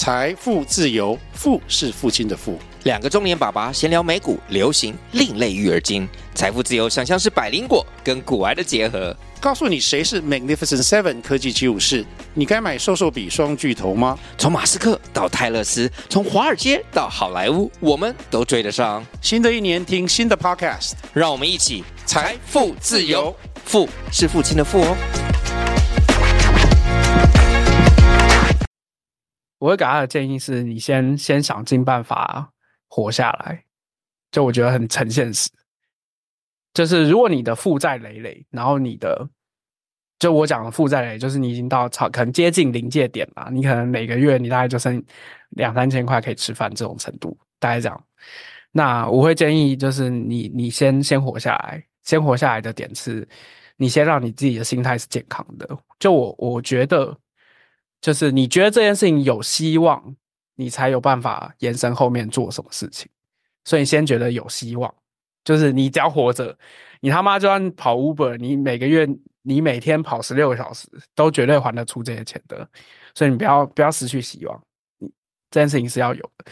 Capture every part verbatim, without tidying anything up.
财富自由，富是父亲的富。 两个中年爸爸闲聊美股、流行、另类育儿经。财富自由想象是百灵果跟股癌的结合。 告诉你谁是 Magnificent Seven 科技七武士，你该买瘦瘦比双巨头吗？ 从马斯克到泰勒斯，从华尔街到好莱坞，我们都追得上。 新的一年听新的 Podcast， 让我们一起财富自由， 富是父亲的富哦。 我会给他的建议是，你先先想尽办法活下来，就我觉得很很现实。就是如果你的负债累累，然后你的就我讲的负债累累，就是你已经到超可能接近临界点了，你可能每个月你大概就剩两三千块可以吃饭这种程度，大概这样。那我会建议就是你你先先活下来，先活下来的点是，你先让你自己的心态是健康的。就我我觉得。就是你觉得这件事情有希望，你才有办法延伸后面做什么事情。所以你先觉得有希望，就是你只要活着，你他妈就算跑 Uber， 你每个月你每天跑十六个小时，都绝对还得出这些钱的。所以你不要不要失去希望，这件事情是要有的。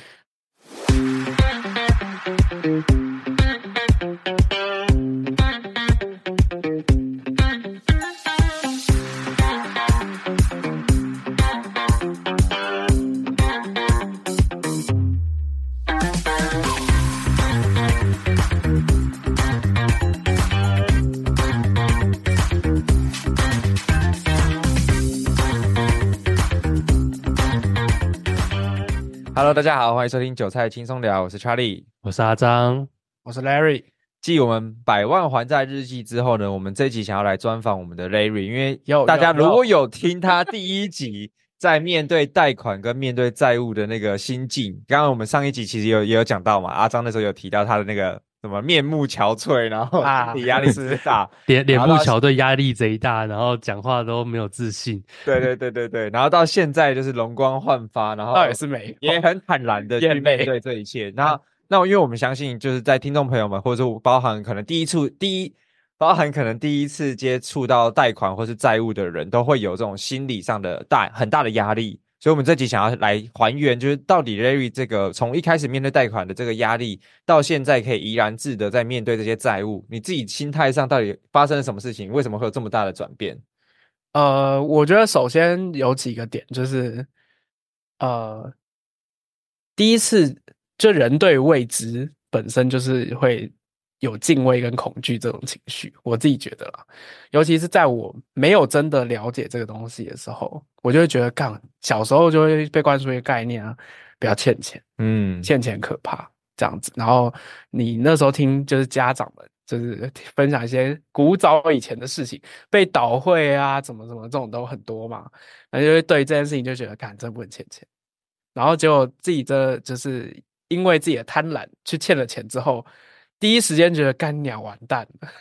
Hello， 大家好，欢迎收听韭菜轻松聊，我是 Charlie， 我是阿张， 我是 Larry。 继我们百万还债日记之后呢，我们这一集想要来专访我们的 Larry， 因为大家如果有听他第一集在面对贷款跟面对债务的那个心境，刚刚我们上一集其实也有也有讲到嘛，阿张那时候有提到他的那个什么面目憔悴，然后你压力是大， 脸脸部憔悴，压力贼大，然后讲话都没有自信。 对对对对对，然后到现在就是容光焕发，然后倒也是没也很坦然的去面对这一切。那那因为我们相信，就是在听众朋友们，或者说包含可能第一次第一包含可能第一次接触到贷款或是债务的人，都会有这种心理上的大很大的压力。所以我们这集想要来还原，就是到底 Larry 这个从一开始面对贷款的这个压力，到现在可以怡然自得在面对这些债务，你自己心态上到底发生了什么事情？为什么会有这么大的转变？ 呃，我觉得首先有几个点，就是呃，第一次就人对未知本身就是会有敬畏跟恐惧这种情绪，我自己觉得啦，尤其是在我没有真的了解这个东西的时候，我就会觉得，干，小时候就会被灌输一个概念啊，不要欠钱，嗯，欠钱可怕这样子。然后你那时候听就是家长们就是分享一些古早以前的事情，被倒会啊，怎么怎么这种都很多嘛，然后就会对这件事情就觉得，干，真不能欠钱。然后结果自己这就是因为自己的贪婪去欠了钱之后。第一时间觉得干鸟完蛋了，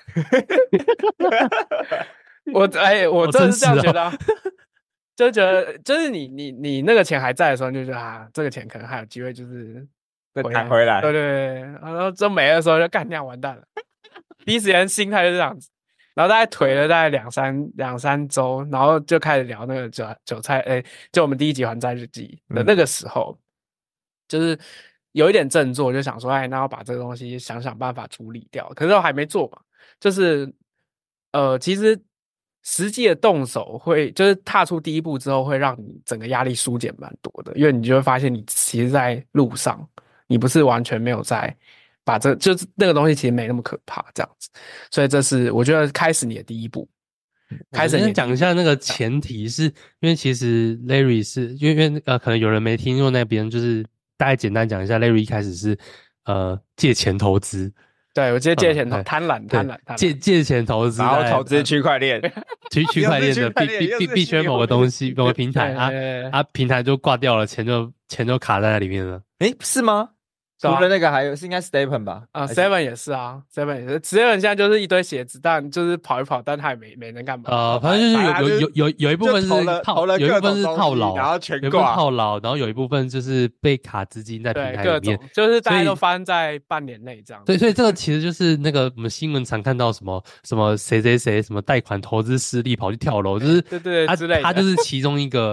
我哎，我真的是这样觉得、啊，哦、就觉得就是你你你那个钱还在的时候，就觉得啊，这个钱可能还有机会，就是再弹回来， 对对对，然后真没的时候就干鸟完蛋了，第一时间心态就这样子，然后大概颓了大概两三两三周，然后就开始聊那个韭韭菜，哎，就我们第一集还债日记的那个时候，嗯、就是。有一点振作，就想说，哎，那要把这个东西想想办法处理掉。可是我还没做嘛，就是，呃，其实实际的动手会，就是踏出第一步之后，会让你整个压力疏解蛮多的，因为你就会发现，你其实在路上，你不是完全没有在把这，就是那个东西其实没那么可怕，这样子。所以这是我觉得开始你的第一步。 开始先讲一下那个前提是，因为其实 Larry 是因为因为呃，可能有人没听过那边就是。大概简单讲一下 ，Larry 一开始是呃借钱投资， 对我直接借钱投贪婪贪婪借借钱投资， 然后投资区块链， 区区块链的币币币币圈某个东西某个平台啊啊平台就挂掉了，钱就钱就卡在那里面了。 诶，是吗？除了那个还有是应该 Stephen 吧？ 啊 ，Seven 也是啊 ，Seven 也是 ，Seven 现在就是一堆鞋子，但就是跑一跑，但他也没没能干嘛。 呃，反正就是有有有有有一部分是套，有一部分是套牢， 然后全挂，有一部分套牢，然后有一部分就是被卡资金在平台里面， 就是大家都发生在半年内这样。 对，所以这个其实就是那个我们新闻常看到什么什么谁谁谁什么贷款投资失利跑去跳楼，就是对对之类的， 他就是其中一个。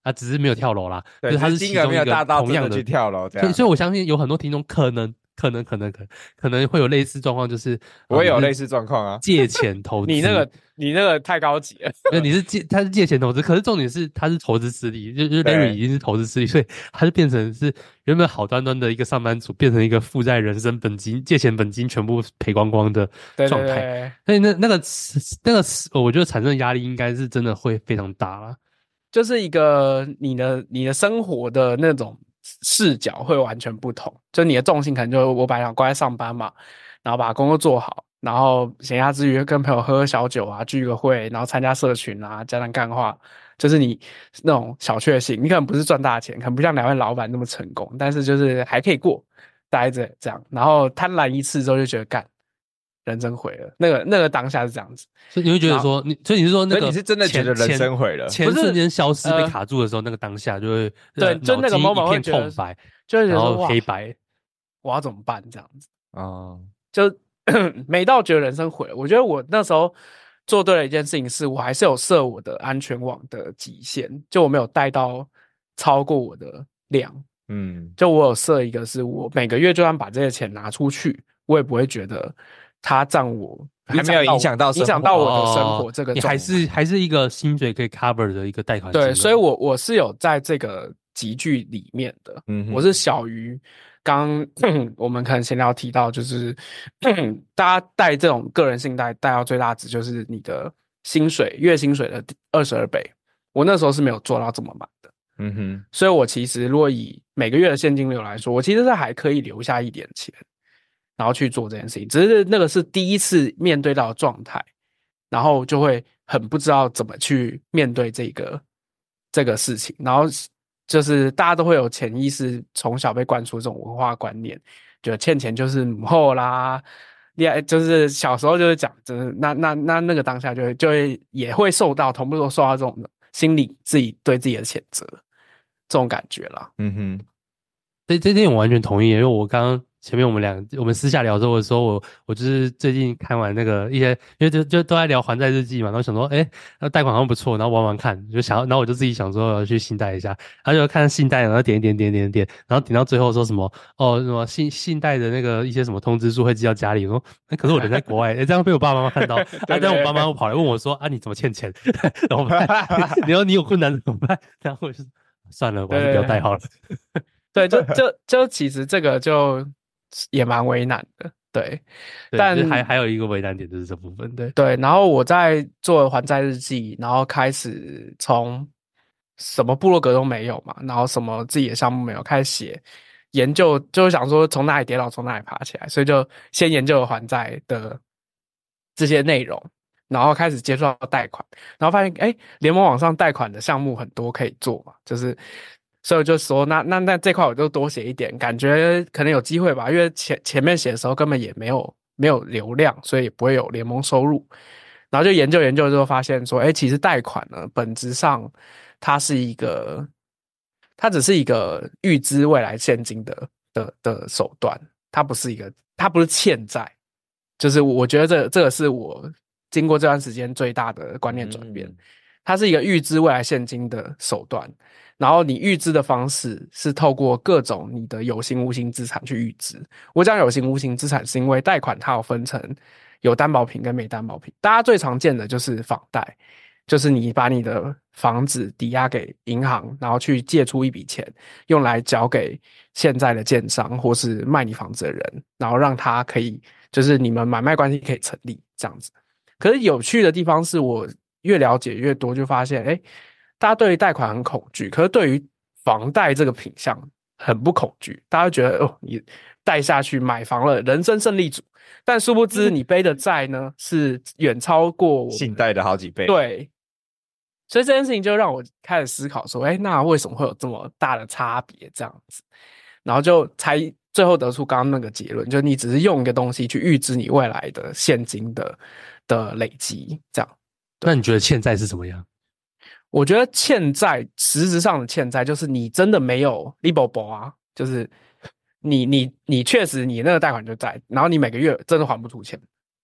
啊，只是没有跳楼啦， 对， 就是它是金额没有其中一个大到真的同样的去跳楼这样。 所以所以我相信有很多听众可能可能可能可能可能会有类似状况，就是我也有类似似状况啊， 借钱投资， 你那个你那个太高级了， 对，你是借他是借钱投资，可是重点是他是投资失利，就就是 Larry 已经是投资失利，所以他就变成是原本好端端的一个上班族，变成一个负债人生，本金借钱本金全部赔光光的状态。 对对对， 所以那那个那个我觉得产生的压力应该是真的会非常大啦。 就是一个你的你的生活的那种视角会完全不同，就你的重心可能就我本来想乖在上班嘛，然后把工作做好，然后闲暇之余跟朋友喝喝小酒啊，聚个会，然后参加社群啊，讲讲干话，就是你那种小确幸。你可能不是赚大钱，可能不像两位老板那么成功，但是就是还可以过，大概这这样。然后贪婪一次之后就觉得干，人生毁了。那个那个当下是这样子， 所以你会觉得说，你所以你是说那个所以你是真的觉得人生毁了， 钱瞬间消失被卡住的时候，那个当下就会对，就那个 moment 一片会觉得空白， 就会觉得然后说黑白， 我要怎么办这样子。 哦， 就每到觉得人生毁了，我觉得我那时候做对了一件事情，是我还是有设我的安全网的极限，就我没有带到超过我的量。 嗯， 就我有设一个，是我每个月就算把这些钱拿出去，我也不会觉得它占我还没有影响到影响到我的生活。 哦这个你还是还是一个薪水可以 cover 的一个贷款金额。 对，所以我我是有在这个集聚里面的， 嗯哼我是小于刚我们可能闲聊提到，就是大家贷这种个人信贷贷到最大值就是你的薪水月薪水的二十二倍，我那时候是没有做到这么满的。 嗯哼， 所以我其实如果以每个月的现金流来说，我其实是还可以留下一点钱，然后去做这件事情。只是那个是第一次面对到的状态，然后就会很不知道怎么去面对这个这个事情。然后就是大家都会有潜意识从小被灌输这种文化观念，觉得欠钱就是母后啦，就是小时候就是讲，就是那那那那个当下就会就会也会受到同步都受到这种心理自己对自己的谴责。这种感觉啦， 嗯哼， 这这点我完全同意，因为我刚刚前面我们两我们私下聊的时候，我说我我就是最近看完那个一些，因为就就都在聊还债日记嘛，然后想说，哎，那贷款好像不错，然后玩玩看，就想要，然后我就自己想说要去信贷一下，然后就看信贷，然后点一点点点点，然后点到最后说什么哦什么信信贷的那个一些什么通知书会寄到家里，我说那可是我人在国外，哎这样被我爸爸妈妈看到，啊这样我爸妈会跑来问我说啊你怎么欠钱，然后你说你有困难怎么办？然后我就。算了，我还是不要带好了。 对，就就就其实这个就也蛮为难的，对。 对但还还有一个为难点就是这部分，对对。然后我在做还债日记，然后开始从什么部落格都没有嘛，然后什么自己的项目没有，开始写研究，就是想说从哪里跌倒从哪里爬起来，所以就先研究了还债的这些内容。然后开始接触到贷款，然后发现哎，联盟网上贷款的项目很多可以做嘛，就是所以我就说那那那这块我就多写一点，感觉可能有机会吧，因为前前面写的时候根本也没有没有流量，所以也不会有联盟收入。然后就研究研究之后发现说，哎，其实贷款呢本质上它是一个，它只是一个预支未来现金的的的手段，它不是一个，它不是欠债，就是我觉得这这个是我。经过这段时间最大的观念转变，它是一个预支未来现金的手段，然后你预支的方式是透过各种你的有形无形资产去预支。我讲有形无形资产是因为贷款它有分成有担保品跟没担保品，大家最常见的就是房贷，就是你把你的房子抵押给银行，然后去借出一笔钱用来交给现在的建商或是卖你房子的人，然后让他可以就是你们买卖关系可以成立这样子。可是有趣的地方是我越了解越多，就发现，哎，大家对于贷款很恐惧，可是对于房贷这个品项很不恐惧。大家觉得，哦，你贷下去买房了，人生胜利组。但殊不知，你背的债呢，是远超过我信贷的好几倍。 对，所以这件事情就让我开始思考说，哎，那为什么会有这么大的差别？这样子，然后就才最后得出刚刚那个结论，就是你只是用一个东西去预支你未来的现金的。的累积，这样。 那你觉得欠债是怎么样？ 我觉得欠债实质上的欠债就是你真的没有 libel 啊，就是你你你确实你那个贷款就在，然后你每个月真的还不出钱，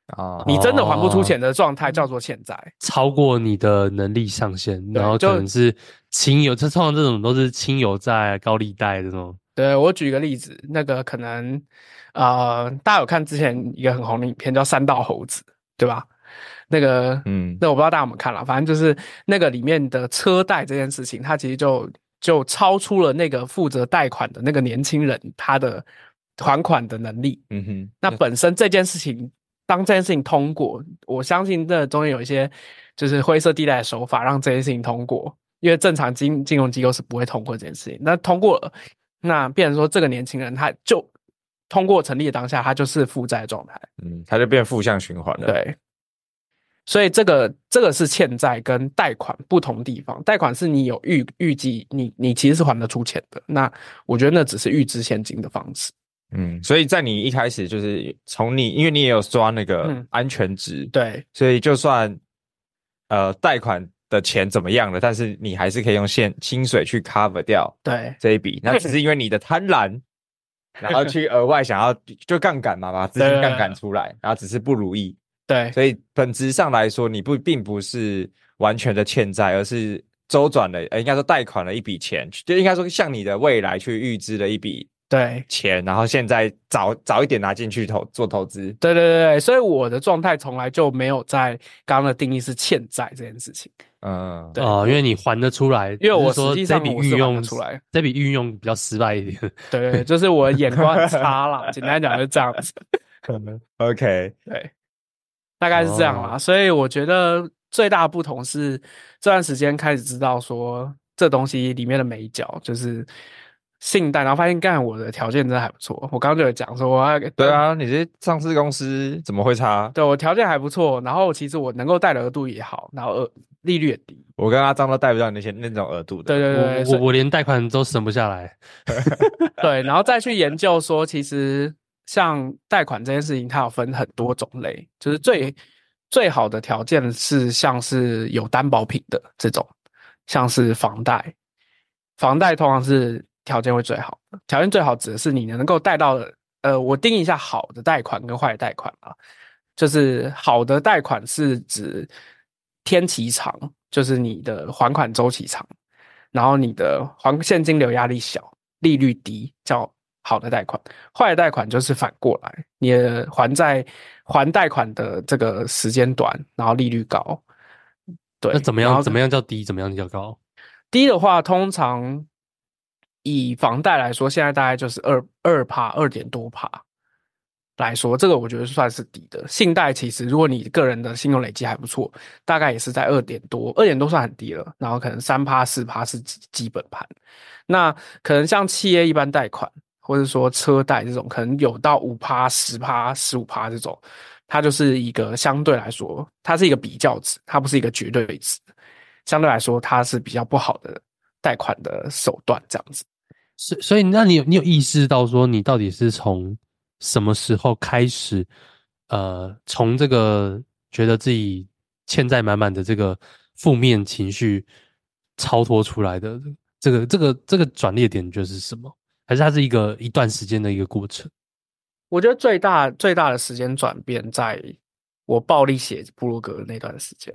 哦， 你真的还不出钱的状态叫做欠债， 超过你的能力上限， 对然后就可能是亲友，这通常这种都是亲友债、高利贷这种。 对，我举一个例子，那个可能呃，大家有看之前一个很红的影片叫《三道猴子》，对吧？那个， 嗯， 那我不知道大家有没有看了，反正就是那个里面的车贷这件事情，它其实就就超出了那个负责贷款的那个年轻人他的还款的能力。 嗯哼， 那本身这件事情，当这件事情通过，我相信这中间有一些就是灰色地带的手法让这件事情通过，因为正常金金融机构是不会通过这件事情。那通过了，那变成说这个年轻人他就通过成立的当下，他就是负债状态， 嗯，他就变负向循环了。 对。所以这个这个是欠债跟贷款不同地方，贷款是你有预预计你你其实是还得出钱的，那我觉得那只是预支现金的方式。 嗯，所以在你一开始就是从你，因为你也有抓那个安全值， 嗯、对， 所以就算呃贷款的钱怎么样了，但是你还是可以用现薪水去 cover 掉对这一笔，那只是因为你的贪婪，然后去额外想要就杠杆嘛，把资金杠杆出来，然后只是不如意。 对， 所以本质上来说，你不并不是完全的欠债，而是周转了，呃，应该说贷款了一笔钱，就应该说向你的未来去预支了一笔对钱，然后现在早早一点拿进去投做投资。 对对对对，所以我的状态从来就没有在刚刚的定义是欠债这件事情。 嗯， 对哦、因为你还得出来， 因为我只是说实际上这笔我是还运用得出来， 这笔运用比较失败一点。 对对对，就是我的眼光很差啦，简单讲就是这样子。 OK， 对，大概是这样啦。 哦所以我觉得最大的不同是这段时间开始知道说这东西里面的美角就是信贷，然后发现干我的条件真的还不错。我刚刚就有讲说我要对啊，你这上市公司怎么会差？ 对我条件还不错，然后其实我能够贷的额度也好，然后额利率也低。 我跟阿张都贷不到那些那种额度的。 对对对， 我我我连贷款都省不下来。 对，然后再去研究说，其实像贷款这件事情，它有分很多种类，就是最最好的条件是像是有担保品的这种，像是房贷，房贷通常是条件会最好的，条件最好指的是你能够贷到的，呃，我定义一下好的贷款跟坏的贷款啊，就是好的贷款是指天期长，就是你的还款周期长，然后你的还现金流压力小，利率低，叫好的贷款。坏的贷款就是反过来，你的还债还贷款的这个时间短，然后利率高。对， 那怎么然后样怎么样叫低，怎么样叫高？ 低的话，通常以房贷来说，现在大概就是二二趴二点多趴来说，这个我觉得算是低的。信贷其实如果你个人的信用累积还不错，大概也是在二点多，二点多算很低了。然后可能三趴四趴是基基本盘。那可能像企业一般贷款，或者说车贷这种，可能有到五趴、十趴、十五趴这种，它就是一个相对来说，它是一个比较值，它不是一个绝对值。相对来说，它是比较不好的贷款的手段，这样子。 所所以，那你有你有意识到说，你到底是从什么时候开始，呃，从这个觉得自己欠债满满的这个负面情绪超脱出来的？这个这个这个转捩点，你觉得是什么？还是它是一个一段时间的一个过程？ 我觉得最大最大的时间转变，在我暴力写部落格的那段时间。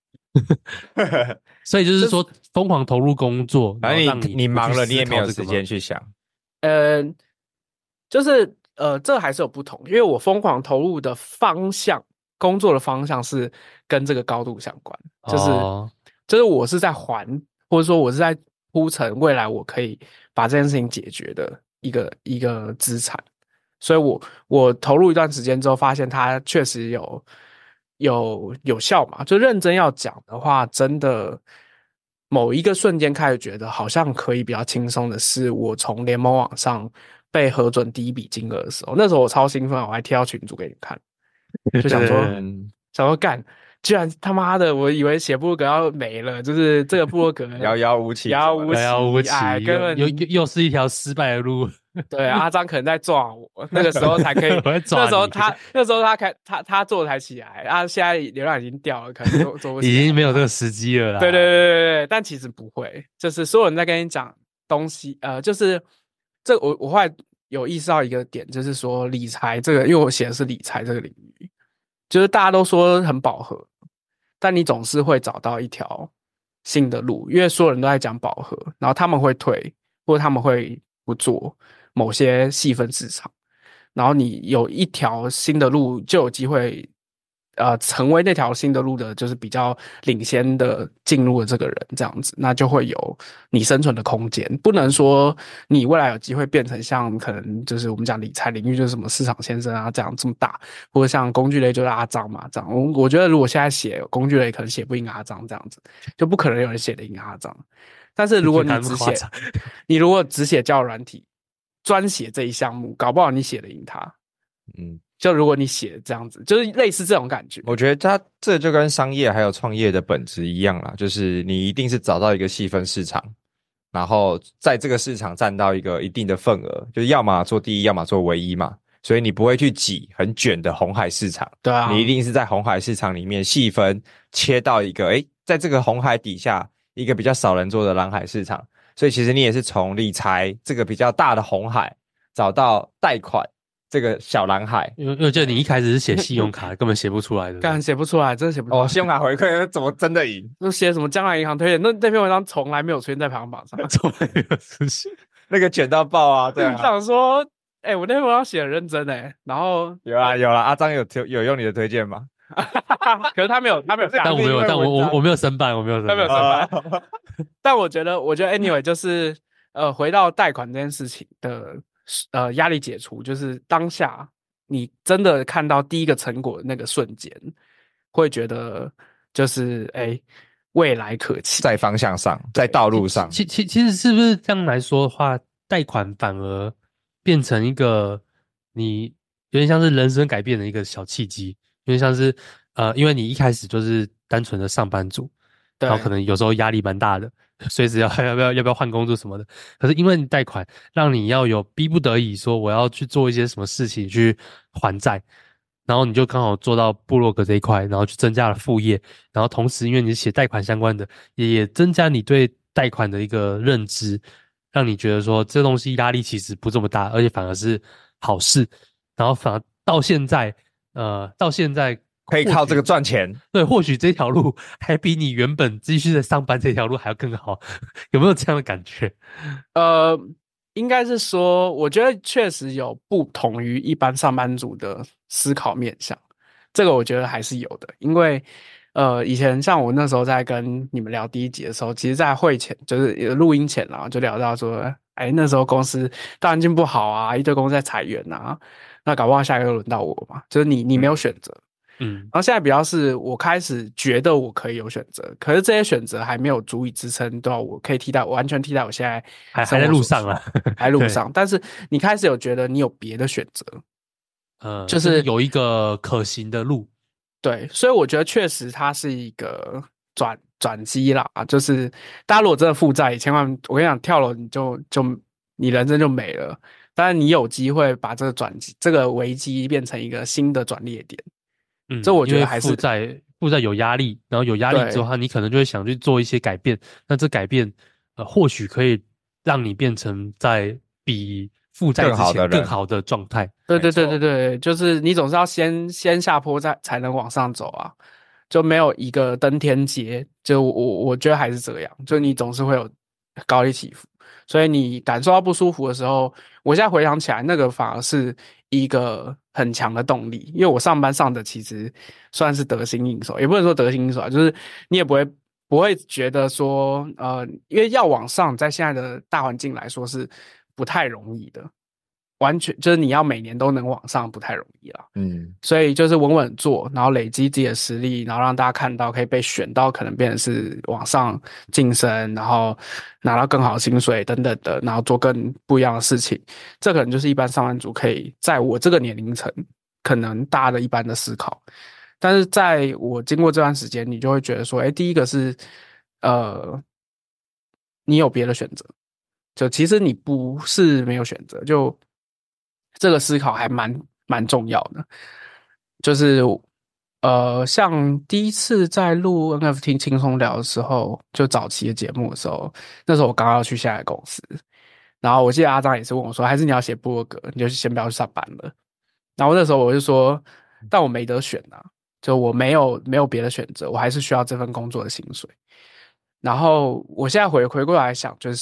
所以就是说，疯狂投入工作， 反正你然后让你你忙了，你也没有不去思考这个吗时间去想。 呃，就是呃，这还是有不同，因为我疯狂投入的方向，工作的方向是跟这个高度相关，就是、 哦就是我是在还，或者说我是在铺陈未来我可以把这件事情解决的一个一个资产，所以我我投入一段时间之后，发现它确实有有有效嘛，就认真要讲的话，真的。某一个瞬间开始觉得好像可以比较轻松的是，我从联盟网上被核准第一笔金额的时候，那时候我超兴奋，我还贴到群组给你们看，就想说想说干，居然他妈的，我以为写部落格要没了，就是这个部落格遥遥无期， 遥遥无期， 遥遥无期， 哎，根本又又又是一条失败的路。 对，阿张可能在撞我，那个时候才可以。 我在抓你那时候他那时候他开他他做才起来，啊，现在流量已经掉了，可能做做不起来， 已经没有这个时机了啦。 对对对对对，但其实不会，就是所有人在跟你讲东西，呃，就是这我我后来有意识到一个点，就是说理财这个，因为我写的是理财这个领域， 就是大家都说很饱和，但你总是会找到一条新的路，因为所有人都在讲饱和，然后他们会退，或者他们会不做某些细分市场，然后你有一条新的路，就有机会，呃，成为那条新的路的，就是比较领先的进入的这个人，这样子，那就会有你生存的空间。不能说你未来有机会变成像可能就是我们讲理财领域就是什么市场先生啊这样这么大，或者像工具类就是阿张嘛这样。我我觉得如果现在写工具类，可能写不赢阿张这样子，就不可能有人写得赢阿张。但是如果你只写，你如果只写交友软体，专写这一项目，搞不好你写得赢他。嗯，就如果你写这样子，就是类似这种感觉。 我觉得它这就跟商业还有创业的本质一样啦，就是你一定是找到一个细分市场，然后在这个市场占到一个一定的份额，就是要么做第一，要么做唯一嘛。所以你不会去挤很卷的红海市场， 对啊， 你一定是在红海市场里面细分切到一个，诶，在这个红海底下一个比较少人做的蓝海市场。所以其实你也是从理财这个比较大的红海找到贷款这个小蓝海。 因为因为就你一开始是写信用卡，根本写不出来的， 干写不出来，真的写不出来。 哦，信用卡回馈怎么真的赢？ 就写什么将来银行推荐，那那篇文章从来没有出现在排行榜上， 从来没有出现， 那个卷到爆啊！对啊， 想说，哎、欸，我那篇文章写很认真哎、欸，然后有啊有啦，阿张有有用你的推荐吗？ 可是他没有，他没有， 但我没有，但我我我没有申办，我没有申办， 他没有申办。但我觉得，我觉得 anyway 就是呃，回到贷款这件事情的呃压力解除，就是当下你真的看到第一个成果的那个瞬间，会觉得就是哎、欸，未来可期， 在方向上，在道路上。 其其其实是不是这样来说的话，贷款反而变成一个你有点像是人生改变的一个小契机，有点像是呃，因为你一开始就是单纯的上班族，然后可能有时候压力蛮大的，随时要要不要要不要换工作什么的。可是因为你贷款，让你要有逼不得已说我要去做一些什么事情去还债，然后你就刚好做到部落格这一块，然后去增加了副业，然后同时因为你是写贷款相关的，也也增加你对贷款的一个认知，让你觉得说这东西压力其实不这么大，而且反而是好事。然后反而到现在，呃，到现在可以靠这个赚钱。 对，或许这条路还比你原本继续在上班这条路还要更好，有没有这样的感觉？ 呃，应该是说，我觉得确实有不同于一般上班族的思考面向，这个我觉得还是有的。因为呃，以前像我那时候在跟你们聊第一集的时候，其实在会前就是录音前啊，就聊到说，哎，那时候公司大环境不好啊，一堆公司在裁员啊，那搞不好下一个轮到我嘛，就是你你没有选择。嗯，然后现在比较是我开始觉得我可以有选择，可是这些选择还没有足以支撑到我可以替代，我完全替代我现在还还在路上啊， 还在路上。但是你开始有觉得你有别的选择， 呃， 就是、 就是有一个可行的路。 对，所以我觉得确实它是一个转转机啦，就是大家如果真的负债，千万我跟你讲，跳楼你就就你人生就没了。当然你有机会把这个转机、这个危机变成一个新的转捩点。 嗯， 这我觉得还是负债负债有压力，然后有压力之后，你可能就会想去做一些改变。那这改变，呃，或许可以让你变成在比负债之前更好的状态。 对对对对对，就是你总是要先先下坡再才能往上走啊，就没有一个登天节。就我我觉得还是这样，就你总是会有高低起伏，所以你感受到不舒服的时候，我现在回想起来，那个反而是一个很强的动力，因为我上班上的其实算是得心应手，也不能说得心应手啊，就是你也不会不会觉得说，呃，因为要往上，在现在的大环境来说是不太容易的，完全就是你要每年都能往上，不太容易啦。嗯，所以就是稳稳做，然后累积自己的实力，然后让大家看到可以被选到，可能变成是往上晋升，然后拿到更好的薪水等等的，然后做更不一样的事情。这可能就是一般上班族可以在我这个年龄层可能大家的一般的思考。但是在我经过这段时间，你就会觉得说，哎，第一个是呃，你有别的选择，就其实你不是没有选择，就这个思考还蛮蛮重要的。就是呃，像第一次在录 N F T 轻松聊的时候，就早期的节目的时候，那时候我刚刚要去下一个公司，然后我记得阿张也是问我说，还是你要写部落格，你就先不要去上班了。然后那时候我就说，但我没得选啊， 就我没有没有别的选择，我还是需要这份工作的薪水。然后我现在回回过来想，就是，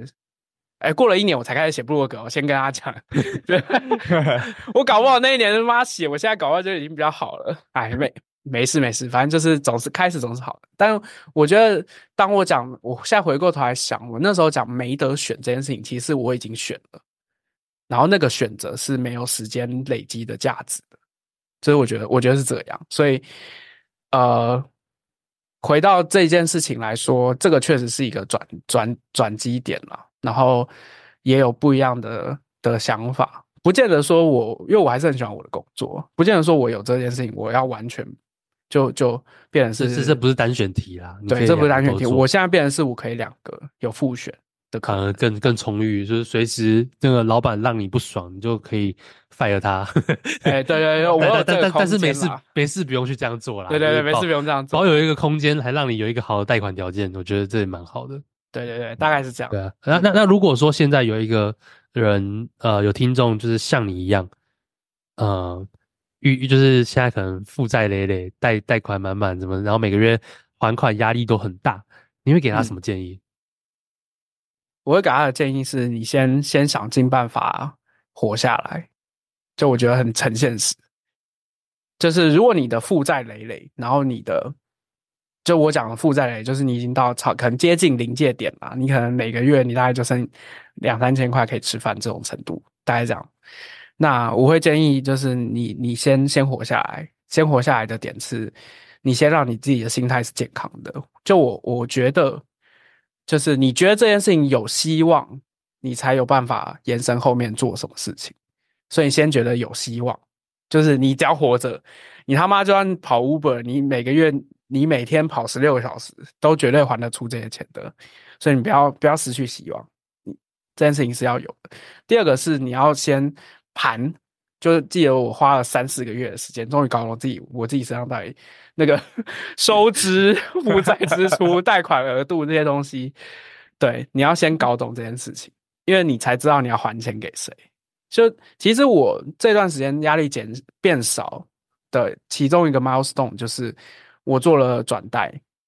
哎，过了一年我才开始写部落格，我先跟大家讲，我搞不好那一年他妈写，我现在搞不好就已经比较好了。哎，没没事没事，反正就是总是开始总是好的。但我觉得，当我讲，我现在回过头来想，我那时候讲没得选这件事情，其实我已经选了，然后那个选择是没有时间累积的价值的，所以我觉得，我觉得是这样。所以，呃。回到这件事情来说，这个确实是一个转转转机点啦，然后也有不一样的的想法，不见得说我，因为我还是很喜欢我的工作，不见得说我有这件事情，我要完全就就变成是， 这这不是单选题啦， 对，这不是单选题，我现在变成是我可以两个有复选的可能， 反而更更充裕，就是随时那个老板让你不爽，你就可以 fire 他。 哎、欸，对对对，我有这个空间啦， 但但但是没事没事不用去这样做啦。 对对对，没事不用这样做， 保有一个空间，还让你有一个好的贷款条件，我觉得这也蛮好的。 对对对，大概是这样。 对啊，那那那如果说现在有一个人，呃，有听众就是像你一样，呃，遇就是现在可能负债累累，贷贷款满满，怎么，然后每个月还款压力都很大，你会给他什么建议？嗯， 我会给他的建议是，你先先想尽办法活下来，就我觉得很很现实。就是如果你的负债累累，然后你的，就我讲的负债累累，就是你已经到超可能接近临界点了，你可能每个月你大概就剩两三千块可以吃饭这种程度，大概这样。那我会建议就是你你先先活下来，先活下来的点是，你先让你自己的心态是健康的。就我我觉得。就是你觉得这件事情有希望，你才有办法延伸后面做什么事情。所以先觉得有希望，就是你只要活着，你他妈就算跑 Uber， 你每个月你每天跑十六个小时，都绝对还得出这些钱的。所以你不要不要失去希望，这件事情是要有的。第二个是你要先盘。就是记得我花了三四个月的时间，终于搞懂我自己我自己身上到底那个收支、负债支出、贷款额度这些东西，对，你要先搞懂这件事情，因为你才知道你要还钱给谁。就其实我这段时间压力减变少的其中一个 milestone 就是我做了转贷。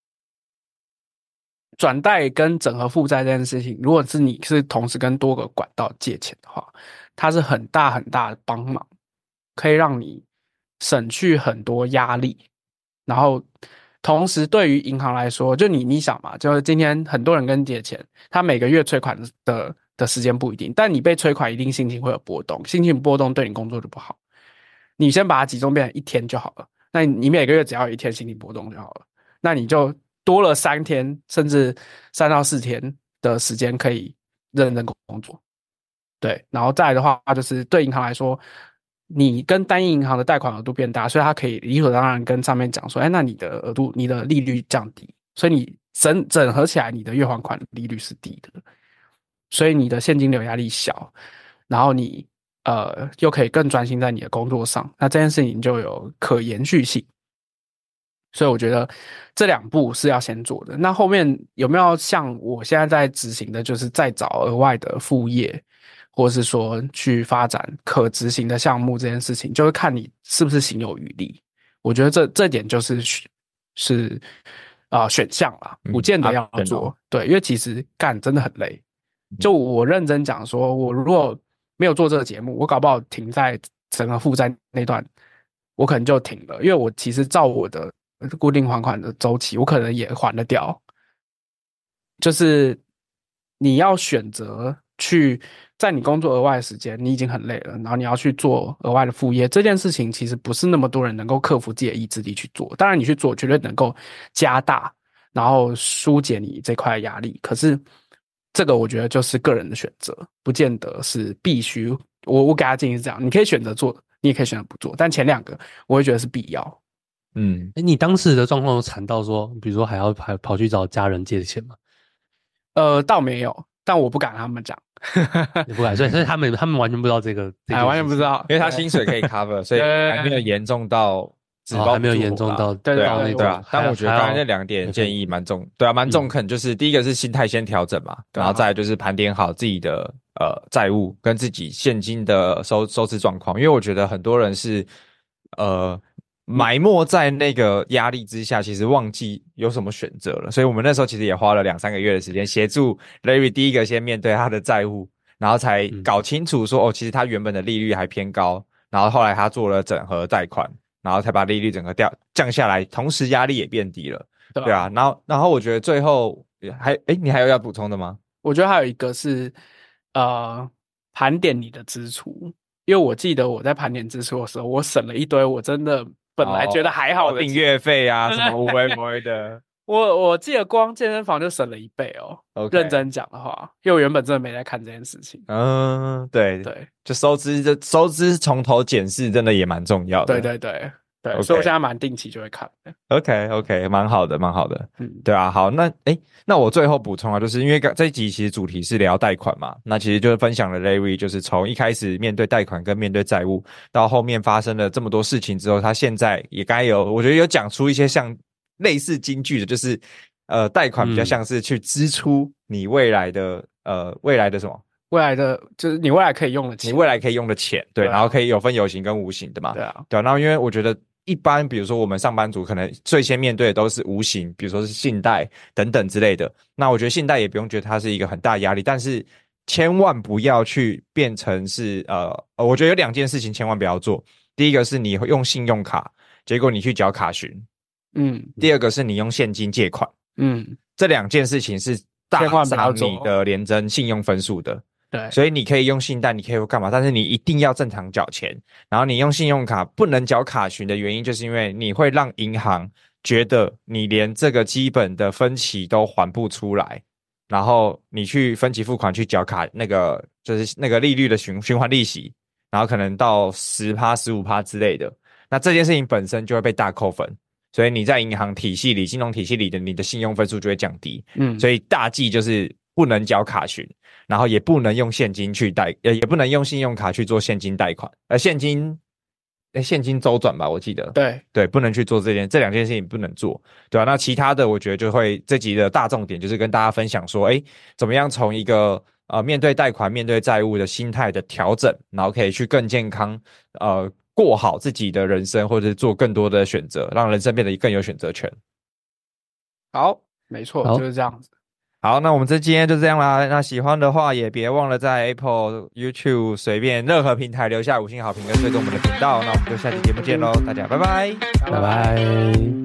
转贷跟整合负债这件事情，如果是你是同时跟多个管道借钱的话，它是很大很大的帮忙，可以让你省去很多压力。然后同时对于银行来说，就你你想嘛，就是今天很多人跟你借钱，他每个月催款的的时间不一定，但你被催款一定心情会有波动，心情波动对你工作就不好。你先把它集中变成一天就好了，那你每个月只要有一天心情波动就好了，那你就多了三天甚至三到四天的时间可以认真工作。对，然后再来的话就是对银行来说，你跟单一银行的贷款额度变大，所以它可以理所当然跟上面讲说，哎，那你的额度你的利率降低，所以你整整合起来你的月还款利率是低的，所以你的现金流压力小，然后你呃又可以更专心在你的工作上，那这件事情就有可延续性。所以我觉得这两步是要先做的。那后面有没有像我现在在执行的，就是再找额外的副业，或是说去发展可执行的项目这件事情，就是看你是不是行有余力。我觉得这这点就是是啊、呃、选项啦，不见得要做。嗯啊、对，因为其实干真的很累。就我认真讲说，我如果没有做这个节目，我搞不好停在整个负债那段，我可能就停了，因为我其实照我的固定还款的周期，我可能也还得掉。就是你要选择去在你工作额外的时间，你已经很累了，然后你要去做额外的副业，这件事情其实不是那么多人能够克服自己的意志力去做。当然你去做绝对能够加大，然后疏解你这块压力，可是这个我觉得就是个人的选择，不见得是必须。我我给他建议是这样，你可以选择做，你也可以选择不做，但前两个我会觉得是必要。 嗯，哎，你当时的状况有惨到说，比如说还要跑跑去找家人借钱吗？ 呃，倒没有，但我不敢他们讲， 你不敢，所以所以他们他们完全不知道这个， 哎，完全不知道， 因为他薪水可以 cover， 所以还没有严重到纸包不住火、哦、 还没有严重到对对啊那种。 对啊，但我觉得刚才那两点建议蛮重，对啊，蛮中肯。就是第一个是心态先调整嘛，然后再来就是盘点好自己的呃债务跟自己现金的收收支状况，因为我觉得很多人是呃。 埋没在那个压力之下，其实忘记有什么选择了。所以我们那时候其实也花了两三个月的时间，协助 Larry 第一个先面对他的债务，然后才搞清楚说，哦，其实他原本的利率还偏高，然后后来他做了整合贷款，然后才把利率整个掉降下来，同时压力也变低了。对 啊, 对啊，然后然后我觉得最后还诶你还有要补充的吗？ 我觉得还有一个是呃盘点你的支出，因为我记得我在盘点支出的时候，我省了一堆，我真的本来觉得还好的订阅费啊，什么无为不为的。 我我记得光健身房就省了一倍哦。 Okay. 认真讲的话，因为我原本真的没在看这件事情。 嗯，对对， 就收支，就收支从头检视，真的也蛮重要的。 对对对对， okay. 所以我现在蛮定期就会看的。 OK OK， 蛮好的，蛮好的。 嗯， 对啊，好，那诶，那我最后补充啊，就是因为这一集其实主题是聊贷款嘛，那其实就是分享了 Larry， 就是从一开始面对贷款跟面对债务，到后面发生了这么多事情之后，他现在也该有，我觉得有讲出一些像类似金句的，就是呃，贷款比较像是去支出你未来的、嗯、呃未来的什么？ 未来的就是你未来可以用的钱， 你未来可以用的钱，对， 对啊、 然后可以有分有形跟无形的嘛， 对啊， 对啊。然后因为我觉得一般，比如说我们上班族可能最先面对的都是无形，比如说是信贷等等之类的。那我觉得信贷也不用觉得它是一个很大压力，但是千万不要去变成是呃，我觉得有两件事情千万不要做。第一个是你用信用卡，结果你去缴卡询， 嗯。 第二个是你用现金借款， 嗯， 这两件事情是大伤你的联征信用分数的。 对， 所以你可以用信贷，你可以干嘛？但是你一定要正常缴钱。然后你用信用卡不能缴卡询的原因，就是因为你会让银行觉得你连这个基本的分期都还不出来，然后你去分期付款去缴卡那个就是那个利率的循循环利息，然后可能到 百分之十、百分之十五 之类的。那这件事情本身就会被大扣分，所以你在银行体系里、金融体系里的你的信用分数就会降低。嗯，所以大忌就是不能缴卡询。然后也不能用现金去贷，呃，也不能用信用卡去做现金贷款，呃，现金，呃，现金周转吧，我记得， 对对，不能去做这件，这两件事情不能做，对吧、啊？那其他的，我觉得就会这集的大重点就是跟大家分享说，哎，怎么样从一个呃面对贷款、面对债务的心态的调整，然后可以去更健康，呃，过好自己的人生，或者是做更多的选择，让人生变得更有选择权。 好，没错，就是这样子。 好，那我们这今天就这样啦。那喜欢的话也别忘了在 Apple、YouTube 随便任何平台留下五星好评跟追踪我们的频道。那我们就下期节目见喽，大家拜拜， 拜拜。